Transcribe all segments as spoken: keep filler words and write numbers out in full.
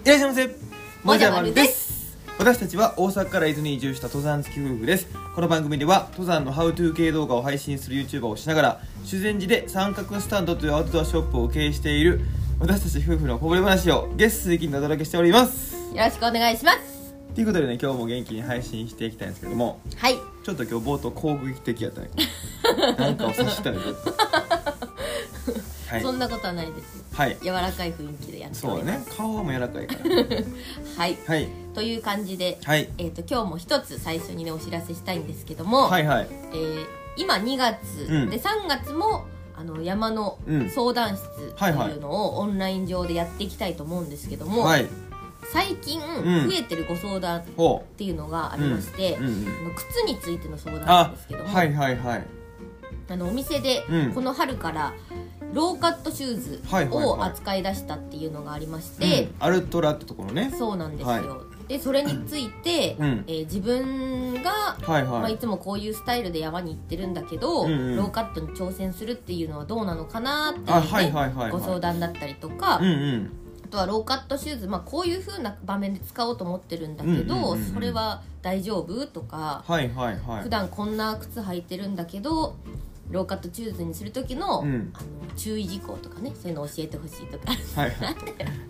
いらっしゃいませ。 もじゃまるです。 私たちは大阪から伊豆に移住した登山好き夫婦です。この番組では登山のハウトゥー系動画を配信する YouTuber をしながら、修善寺で三角スタンドというアウトドアショップを経営している私たち夫婦のこぼれ話をゲスト的にお届けしております。 よろしくお願いします。 ということでね、今日も元気に配信していきたいんですけども、 はい、 ちょっと今日冒頭攻撃的やったねなんかを察したねはい、 そんなことはないです。 はい、 柔らかい雰囲気でやっております。 そうだね、顔も柔らかいからはい、 はい、 という感じで、 はい、 えー、と今日も一つ最初にねお知らせしたいんですけども、 はいはい、 えー、今にがつ、うん、でさんがつもあの山の相談室っていうのをオンライン上でやっていきたいと思うんですけども、はい、最近増えてるご相談っていうのがありまして、うんうんうん、靴についての相談なんですけども、 はいはいはい、 あのお店でこの春からローカットシューズを扱い出したっていうのがありまして、はいはいはい、うん、アルトラってところね。そうなんですよ、はい、でそれについて、うん、えー、自分が、はいはい、まあ、いつもこういうスタイルで山に行ってるんだけど、うんうん、ローカットに挑戦するっていうのはどうなのかなっていう、ね、はいはいはいはい、ご相談だったりとか、うんうん、あとはローカットシューズ、まあ、こういう風な場面で使おうと思ってるんだけど、うんうんうんうん、それは大丈夫とか、はいはいはい、普段こんな靴履いてるんだけどローカットシューズにする時の、うん、あの注意事項とかね、そういうの教えてほしいとかはい、はい、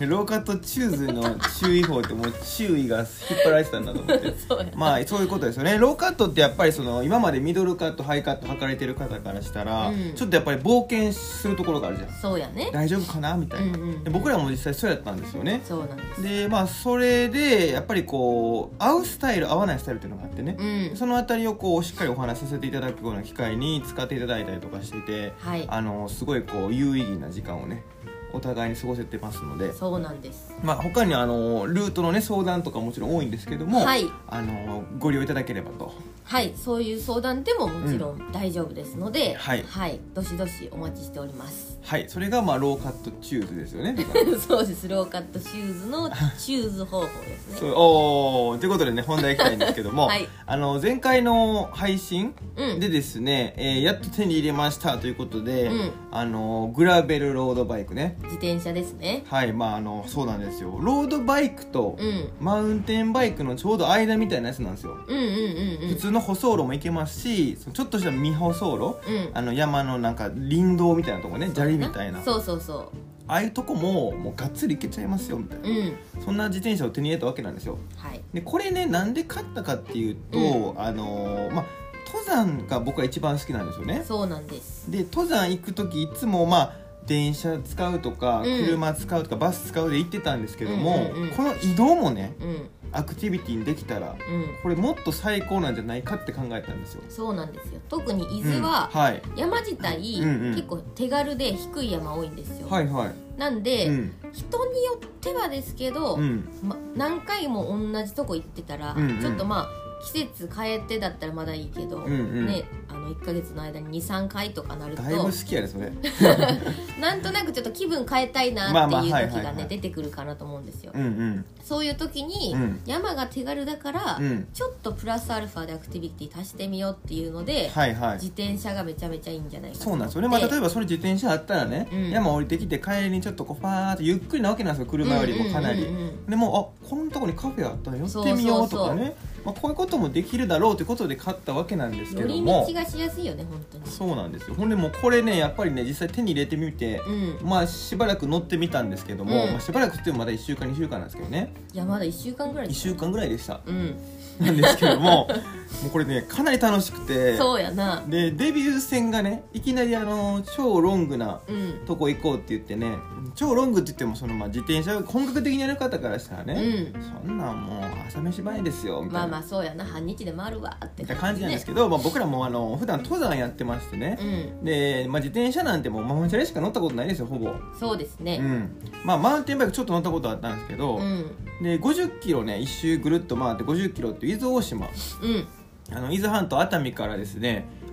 ローカットシューズの注意報ってもう注意が引っ張られてたんだと思ってそうまあそういうことですよね。ローカットってやっぱりその今までミドルカットハイカット履かれてる方からしたら、うん、ちょっとやっぱり冒険するところがあるじゃん。 そうやね、 大丈夫かなみたいな、うんうん、で僕らも実際そうやったんですよね。 そうなんです。 でまあそれでやっぱりこう合うスタイル合わないスタイルっていうのがあってね、うん、そのあたりをこうしっかりお話しさせていただくような機会に使っていただいたりとかしていて、はい、あのすごいこう有意義な時間をねお互いに過ごせてますので。 そうなんです。 まあ他にあのルートのね相談とかもちろん多いんですけども、はい、あのご利用いただければと。 はい、そういう相談でももちろん大丈夫ですので、うん、はい、はい、どしどしお待ちしております。 はい、それがまあローカットシューズですよねそうです、ローカットシューズのシューズ方法ですねそう、おーということでね本題いきたいんですけども、はい、あの前回の配信でですね、うん、えー、やっと手に入れましたということで、うん、あのグラベルロードバイクね、 自転車ですね。 はい、まああのそうなんですよ。ロードバイクとマウンテンバイクのちょうど間みたいなやつなんですよ。うんうんうんうん、普通の舗装路も行けますし、ちょっとした未舗装路、うん、あの山のなんか林道みたいなとこね、砂利みたいな、 そうそうそう、 ああいうとこももうがっつり行けちゃいますよみたいな、うん、そんな自転車を手に入れたわけなんですよ。はい、でこれねなんで買ったかっていうと、うん、あのー、まあ登山が僕は一番好きなんですよね。 そうなんです。 で登山行く時いつもまあ電車使うとか、うん、車使うとかバス使うで行ってたんですけども、うんうんうん、この移動もね、うん、アクティビティにできたら、うん、これもっと最高なんじゃないかって考えたんですよ。 そうなんですよ。特に伊豆は、うん、はい、山自体、うんうん、結構手軽で低い山多いんですよ。はいはい、なんで、うん、人によってはですけど、うん、ま、何回も同じとこ行ってたら、うんうん、ちょっとまあ季節変えてだったらまだいいけど、うんうん、ね、あのいっかげつの間に にさんかいとかなるとだいぶ好きやでそれなんとなくちょっと気分変えたいなっていう時がね出てくるかなと思うんですよ、うんうん、そういう時に、うん、山が手軽だから、うん、ちょっとプラスアルファでアクティビティ足してみようっていうので、はいはい、自転車がめちゃめちゃいいんじゃないかと思って。 そうなんですよね、まあ、例えばそれ自転車あったらね、うん、山降りてきて帰りにちょっとこうファーってゆっくりなわけなんですよ、車よりもかなり、うんうんうんうん、でもあこんなとこにカフェあったら寄ってみようとかね、そうそうそう、まあ、こういうこともできるだろうということで買ったわけなんですけども、 寄り道がしやすいよね本当に。 そうなんですよ。ほんでもうこれねやっぱりね実際手に入れてみて、うん、まあしばらく乗ってみたんですけども、うん、まあ、しばらくっていうのまだいっしゅうかんにしゅうかんなんですけどね。 いやまだいっしゅうかんぐらいいっしゅうかんぐらいでした、うん、なんですけどももうこれねかなり楽しくて、 そうやな。でデビュー戦がねいきなりあの超ロングなとこ行こうって言ってね、うん、超ロングって言ってもそのまあ自転車を本格的にやる方からしたらね、うん、そんなんもう朝飯前ですよみたいな、 まあまあそうやな、半日で回るわって感じなんですけど、まあ、僕らもあの普段登山やってましてね、うん、で、まあ、自転車なんてもうママチャリしか乗ったことないですよほぼ。 そうですね、 うん、まあマウンテンバイクちょっと乗ったことあったんですけど、うん、でごじゅっキロね一周ぐるっと回ってごじゅっキロっていう伊豆大島、うん、あの伊豆半島熱海からですね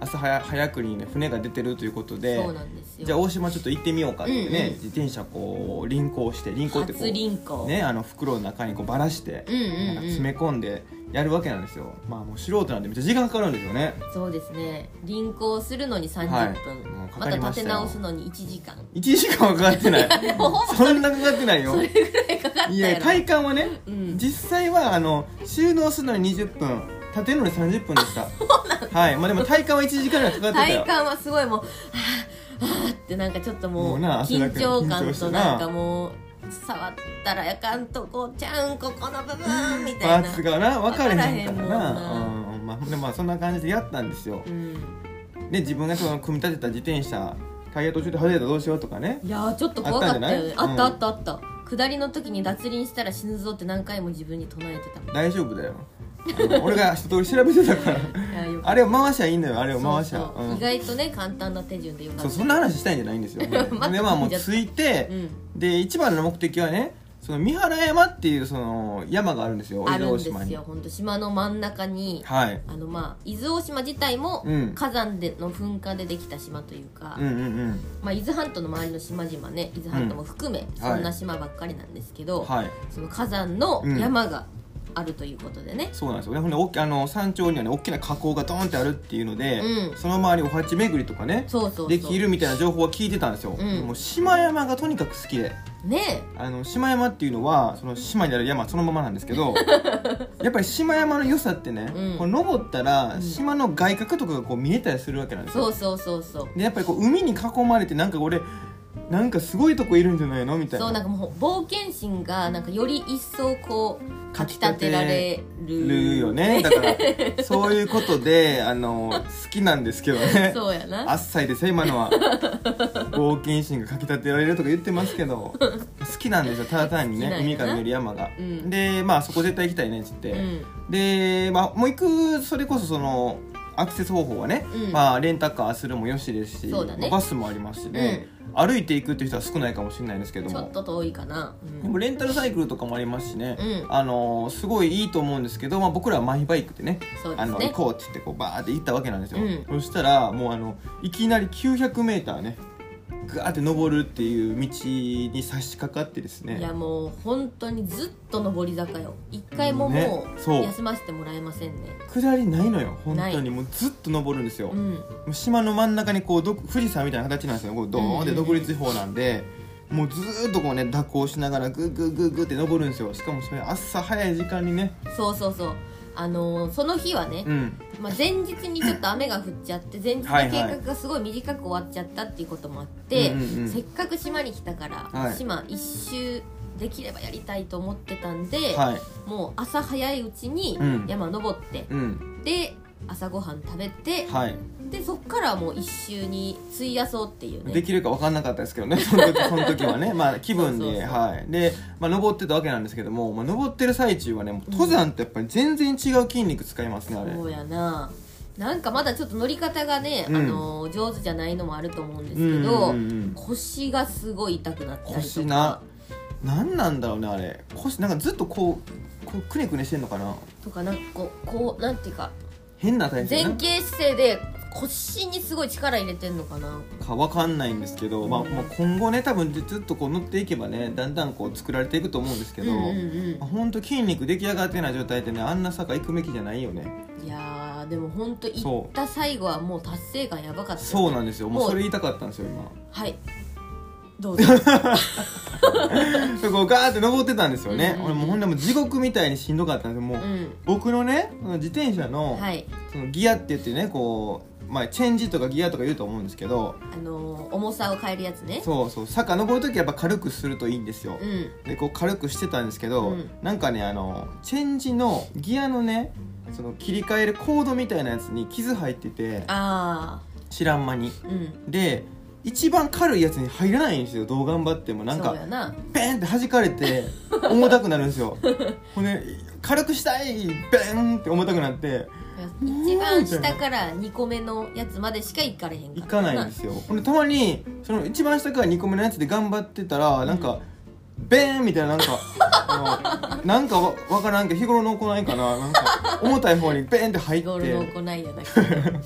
朝早早くにね船が出てるということで、 そうなんですよ。 じゃあ大島ちょっと行ってみようかってね、 うんうん、 自転車こう輪行して輪行ってこう初輪行ね、あの袋の中にこうばらして、うんうんうん、なんか詰め込んでやるわけなんですよ。まあもう素人なんでめっちゃ時間かかるんですよね。 そうですね。輪行するのにさんじゅっぷん、はい、ま, また立て直すのにいちじかん。 いちじかんはかかってないそんなかかってないよ。 それぐらいかかったやろ。 いや体感はね、 うん、 実際はあの収納するのににじゅっぷん、立てるのにさんじゅっぷんでしたはい、まあ、でも体感はいちじかんぐらいかかってたよ。 体感はすごいもうはぁはぁってなんかちょっともう緊張感となんかもう触ったらやかんとこちゃんここの部分みたいなパーツがな分かれへんからな、うん、まあ、でもそんな感じでやったんですよ、うん、で自分がその組み立てた自転車タイヤ途中で外れたらどうしようとかね。 いやーちょっと怖かったよね。あったあったあった、うん、下りの時に脱輪したら死ぬぞって何回も自分に唱えてたもん。 大丈夫だよ俺が一通り調べてたからあれを回しゃいいんだよ。あれを回しゃそうそう、うん、意外とね簡単な手順でよかった。 そう、そんな話したいんじゃないんですよでまあもう着いて、うん、で一番の目的はね、その三原山っていうその山があるんですよ。 あるんですよ。本当島の真ん中に、はい、あのまあ伊豆大島自体も火山での噴火でできた島というか、うんうんうん、まあ、伊豆半島の周りの島々ね、伊豆半島も含め、うん、そんな島ばっかりなんですけど、はい、その火山の山が、うん、あるということでね。 そうなんですよね。ほんでおあの山頂にはね大きな火口がドーンってあるっていうので、うん、その周りお鉢巡りとかね、そうそうそうできるみたいな情報は聞いてたんですよ、うん、もう島山がとにかく好きでね、あの島山っていうのはその島にある山そのままなんですけどやっぱり島山の良さってね、うん、こう登ったら島の外角とかがこう見えたりするわけなんですよ。 そうそうそうそう。 でやっぱりこう海に囲まれてなんか俺なんかすごいとこいるんじゃないのみたいな。 そう、なんかもう冒険心がなんかより一層こうかきたてられるよね。だからそういうことであの好きなんですけどね。 そうやな。 あっさいですよ今のは冒険心がかきたてられるとか言ってますけど好きなんですよ。ただ単にね海から見える山が、うん、でまあそこ絶対行きたいねっつって、うん、で、まあ、もう行くそれこそそのアクセス方法はね、うん、まあ、レンタカーするもよしですし、そうだね、まあ、バスもありますしね、うん、歩いていくっていう人は少ないかもしれないですけども、 ちょっと遠いかな、 うん、でもレンタルサイクルとかもありますしね、うん、あのー、すごいいいと思うんですけど、まあ、僕らはマイバイクで ね, そうですね、 あの行こうって言ってこうバーって行ったわけなんですよ、うん、そしたらもうあのいきなりきゅうひゃくメーターねガーって登るっていう道に差し掛かってですね、 いやもう本当にずっと上り坂よ。一回ももう休ませてもらえませんね。 下りないのよ本当に。もうずっと登るんですよ、うん、もう島の真ん中にこうど富士山みたいな形なんですよ。こうドーンって独立地方なんで、うんうんうん、もうずっとこうね蛇行しながらグーグーグーグーって登るんですよ。しかもそれ朝早い時間にね。 そうそうそう、あのー、その日はね、うん、まあ、前日にちょっと雨が降っちゃって前日の計画がすごい短く終わっちゃったっていうこともあって、はいはい、せっかく島に来たから、はい、島一周できればやりたいと思ってたんで、はい、もう朝早いうちに山登って、うん、で朝ごはん食べて、はい、でそっからもう一周に費やそうっていうね。 できるか分かんなかったですけどねその 時, その時はね、まあ、気分でそうそうそう、はい、で、まあ、登ってたわけなんですけども、まあ、登ってる最中はねもう登山ってやっぱり全然違う筋肉使いますね、うん、あれ。 そうやな。なんかまだちょっと乗り方がね、うん、あの上手じゃないのもあると思うんですけど、うんうんうん、腰がすごい痛くなったりとか。 腰な、なんなんだろうねあれ。腰なんかずっとこう、こうくねくねしてんのかなとか、なんかこう、こうなんていうか変な体勢、 前傾姿勢で腰にすごい力入れてんのかなかわかんないんですけど、うん、まあ、まあ今後ね多分ずっとこう乗っていけばねだんだんこう作られていくと思うんですけど、うんうんうん、まあ、ほんと筋肉出来上がってない状態でねあんな坂行くべきじゃないよね。 いやーでもほんと行った最後はもう達成感やばかった、ね、 そうなんですよ。もうそれ言いたかったんですよ今。 はいどうぞそこをガーって登ってたんですよね、うんうん、俺もうほんでも地獄みたいにしんどかったんですよもう、うん、僕のね自転車 の,、はい、そのギアって言ってねこう、まあ、チェンジとかギアとか言うと思うんですけど、 あのー、重さを変えるやつね。 そうそう、坂登るときやっぱ軽くするといいんですよ、うん、でこう軽くしてたんですけど、うん、なんかねあのチェンジのギアのねその切り替えるコードみたいなやつに傷入ってて、あ知らん間に、うん、で一番軽いやつに入らないんですよ。どう頑張ってもなんかベンって弾かれて重たくなるんですよほんで軽くしたいベンって重たくなって一番下からにこめのやつまでしかいかれへんからいかないんですよ。ほんでたまにその一番下からにこめのやつで頑張ってたらなんか、うん、ベーンみたいななんかあのなんか わ, わからんけど日頃の行いかななんか重たい方にベーンって入って日頃の行いやだけ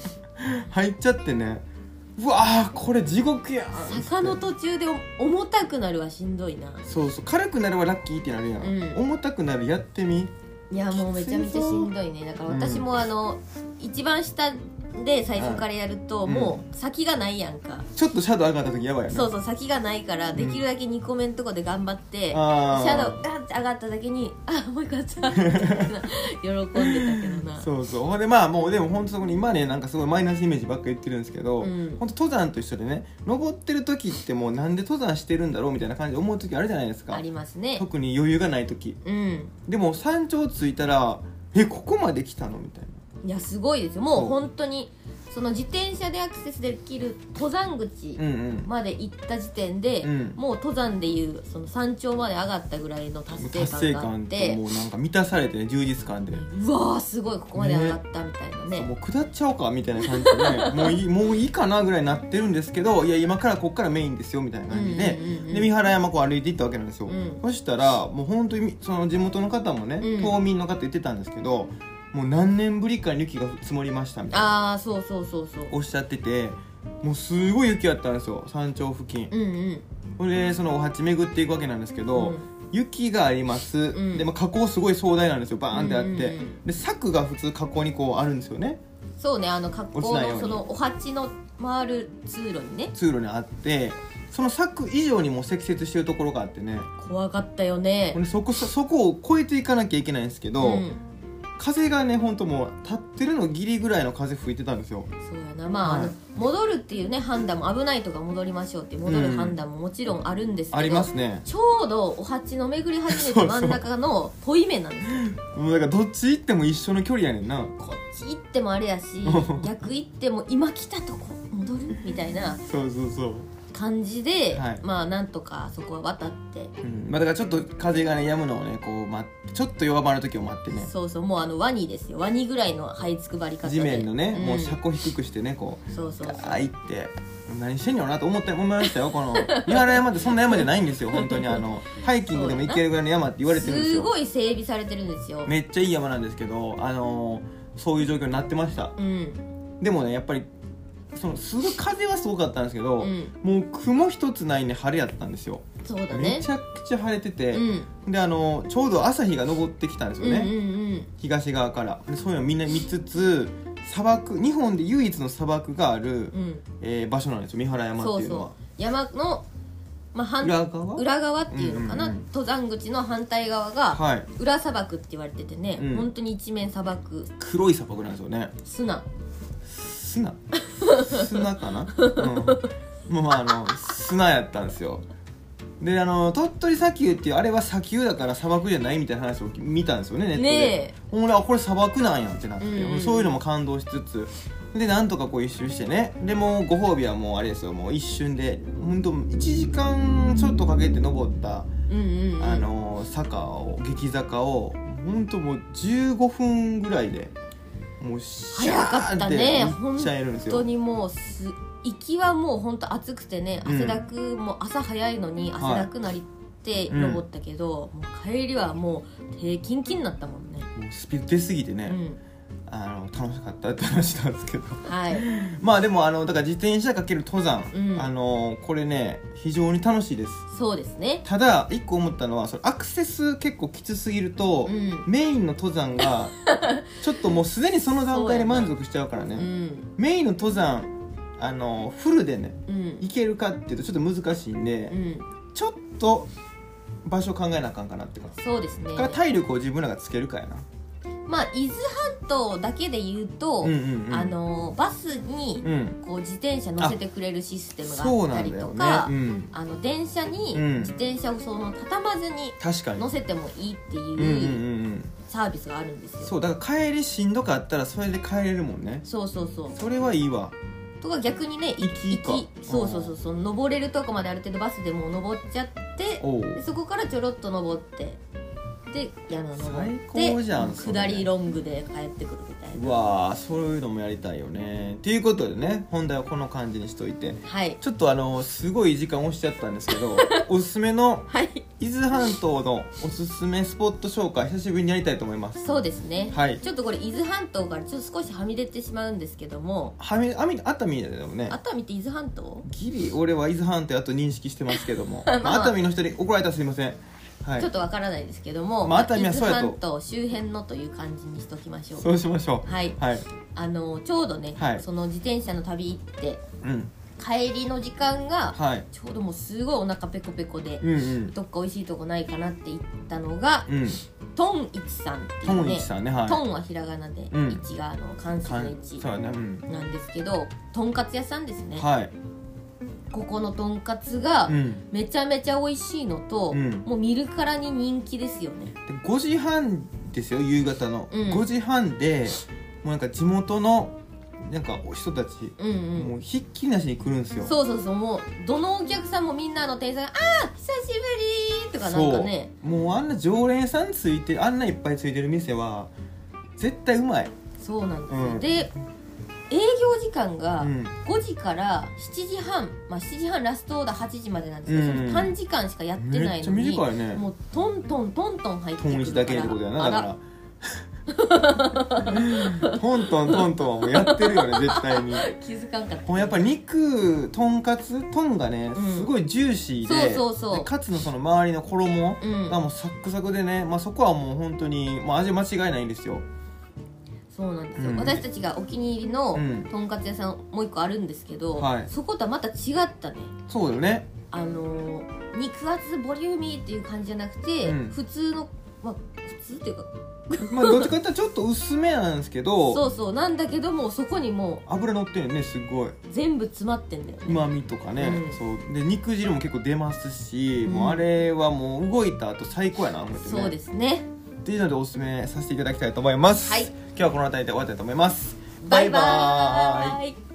入っちゃってね、うわーこれ地獄やん。坂の途中で重たくなるはしんどいな。 そうそう、軽くなるはラッキーってなるやん、うん、重たくなるやってみ。 いやもうめちゃめちゃしんどいね。だから私もあの、うん、一番下で最初からやると、うん、もう先がないやんか。 ちょっとシャドウ上がった時やばいよね。 そうそう、先がないからできるだけにこめんとこで頑張って、うん、シャドウガンって上がっただけにあもう一個あったって喜んでたけどな。 そうそう。ほんでまあもうでも本当そこに今ねなんかすごいマイナスイメージばっかり言ってるんですけど、うん、本当登山と一緒でね、登ってる時ってもうなんで登山してるんだろうみたいな感じで思う時あるじゃないですか。 ありますね。 特に余裕がない時、うん、でも山頂着いたらえここまで来たのみたいな。 いやすごいですよ。もう本当にその自転車でアクセスできる登山口まで行った時点で、うんうん、もう登山でいうその山頂まで上がったぐらいの達成感があって、達成感ともうなんか満たされてね、充実感でうわーすごいここまで上がったみたいなね、 ね、もう下っちゃおうかみたいな感じでねもういいもういいかなぐらいになってるんですけど、いや今からこっからメインですよみたいな感じで、うんうんうんうん、で三原山こう歩いていったわけなんですよ、うん、そしたらもう本当にその地元の方もね、うん、島民の方言ってたんですけど、もう何年ぶりかに雪が積もりましたみたいな、 あーそうそうそうそうおっしゃってて、もうすごい雪あったんですよ山頂付近、うんうん、これでそのお鉢巡っていくわけなんですけど、うん、雪があります、うん、でも河口すごい壮大なんですよ、バーンってあって、うんうんうん、で柵が普通河口にこうあるんですよね。 そうね、あの河口のそのお鉢の回る通路にね通路にあって、その柵以上にも積雪してるところがあってね、 怖かったよね。 そこ、そこを越えていかなきゃいけないんですけど、うん、風がね本当もう立ってるのギリぐらいの風吹いてたんですよ。 そうやな、まあ、はい、あの戻るっていうね判断も、危ないとか戻りましょうって戻る判断ももちろんあるんですけど、うん、 ありますね。 ちょうどお鉢の巡り始めた真ん中の遠い目なんですよ。 もうだからどっち行っても一緒の距離やねんな。 こっち行ってもあれやし逆行っても今来たとこ戻るみたいなそうそうそう感じで、はい、まあなんとかそこは渡って、 うんまあ、だからちょっと風がね止むのをねこう待って、ちょっと弱まる時を待ってね、 そうそう、もうあのワニですよ、ワニぐらいの這いつくばり方で地面のね、うん、もう車高低くしてねこうそうそうそうガーッって何してんのなと思って思いましたよ。この三原山ってそんな山じゃないんですよ本当に。あのハイキングでも行けるぐらいの山って言われてるんですよ。 すごい整備されてるんですよ。 めっちゃいい山なんですけど、あのー、そういう状況になってました、うん、でもねやっぱりそのすごい風はすごかったんですけど、うん、もう雲一つないね晴れやったんですよ。 そうだね、 めちゃくちゃ晴れてて、うん、であのちょうど朝日が昇ってきたんですよね、うんうんうん、東側からでそういうのをみんな見つつ、砂漠、日本で唯一の砂漠がある、うんえー、場所なんですよ三原山っていうのは。そうそう、 山の、まあ、裏側裏側っていうのかな、うんうんうん、登山口の反対側が裏砂漠って言われててね、はい、本当に一面砂漠、 黒い砂漠なんですよね。 砂砂砂かな、うん、もうあの砂やったんですよ。であの鳥取砂丘っていうあれは砂丘だから砂漠じゃないみたいな話を見たんですよねネットで。ね俺はこれ砂漠なんやってなって、うんうん、そういうのも感動しつつでなんとかこう一周してね、でもご褒美はもうあれですよ、もう一瞬で本当いちじかんちょっとかけて登った、うんうんうん、あの坂を激坂を本当もうじゅうごふんぐらいでもうシャーって行っちゃえるんですよ。 本当にもうす行きはもう本当暑くてね、汗だく、うん、もう朝早いのに汗だくなりって登ったけど、はいうん、もう帰りはもう手キンキンになったもんね。 もうスピード出すぎてね、うん、あの楽しかったって話なんですけど、 はい、 まあでもあのだから自転車かける登山、うん、あのこれね非常に楽しいです。 そうですね。 ただ一個思ったのはそのアクセス結構きつすぎると、うん、メインの登山がちょっともうすでにその段階で満足しちゃうからね、うん、メインの登山あのフルでね、うん、行けるかっていうとちょっと難しいんで、うん、ちょっと場所考えなあかんかなってか。 そうですね。 から体力を自分らがつけるかやな。 まあ、伊豆半島だけで言うと、うんうんうん、あのバスにこう自転車乗せてくれるシステムがあったりとか、ねうん、あの電車に自転車をその畳まずに乗せてもいいっていうサービスがあるんですよ。 そうだから帰りしんどかったらそれで帰れるもんね。 そうそうそう。 それはいいわ。 とか逆にね行きそうそうそうそう、登れるとこまである程度バスでもう登っちゃってでそこからちょろっと登ってで山登って最高じゃん下りロングで帰ってくるみたいな。 うわー、そういうのもやりたいよね。っていうことでね、本題はこの感じにしといて、 はい、 ちょっとあのすごい時間押しちゃったんですけどおすすめの伊豆半島のおすすめスポット紹介久しぶりにやりたいと思います。 そうですね、 はい、 ちょっとこれ伊豆半島からちょっと少しはみ出てしまうんですけども、 はみ熱海だよね。 熱海って伊豆半島？ ギリ俺は伊豆半島やと認識してますけども、まあまあ、熱海の人に怒られたらすいません、はい、 ちょっとわからないですけども、 まあ、熱海はそうやと伊豆半島周辺のという感じにしときましょう。 そうしましょう。 はい、はい、あのちょうどね、はい、その自転車の旅行って、うん、帰りの時間が、はい、ちょうどもうすごいお腹ペコペコで、うんうん、どっか美味しいとこないかなって言ったのが、うん、トンイチさんっていうね、 トンイチさんね、はい、 トンはひらがなで、うん、いちがあの関数のいちなんですけど、とんかつ屋さんですね、はい、ここのとんかつがめちゃめちゃ美味しいのと、うん、もう見るからに人気ですよね。 ごじはんですよ、夕方の、うん、ごじはんでもうなんか地元のなんか人たち、うんうん、もうひっきりなしに来るんですよ。 そうそうそう、もうどのお客さんもみんなの店員さんが「あー久しぶり!」とかなんかね、 もうあんな常連さんついてあんないっぱいついてる店は絶対うまい。 そうなんですよ、うん、で営業時間がごじからしちじはん、まあ、しちじはんラストオーダーはちじまでなんですけど、うん、短時間しかやってないのにめっちゃ短いね、 もうトントントントン入ってくるから、 トンいちだけってことやな、だからトントントントンはもうやってるよね絶対に。 気づかんかった。 もうやっぱ肉とんかつトンがねすごいジューシーで、 うん、そうそうそう、 でかつのその周りの衣がもうサックサクでね、まあ、そこはもう本当に、まあ、味間違いないんですよ。 そうなんですよ、うん、私たちがお気に入りのとんかつ屋さんもう一個あるんですけど、はい、そことはまた違ったね。 そうだよね、 あのー、肉厚ボリューミーっていう感じじゃなくて、うん、普通の、まあ普通っていうかまあどっちかって言ったらちょっと薄めなんですけどそうそうなんだけども、そこにもう油乗ってるよね、すごい全部詰まってんだよね、 うまみとかね、うん、そうで肉汁も結構出ますし、うん、もうあれはもう動いた後最高やな思ってね。 そうですねっていうのでおすすめさせていただきたいと思います。 はい、 今日はこの辺りで終わりたいと思います。 バイバーイ。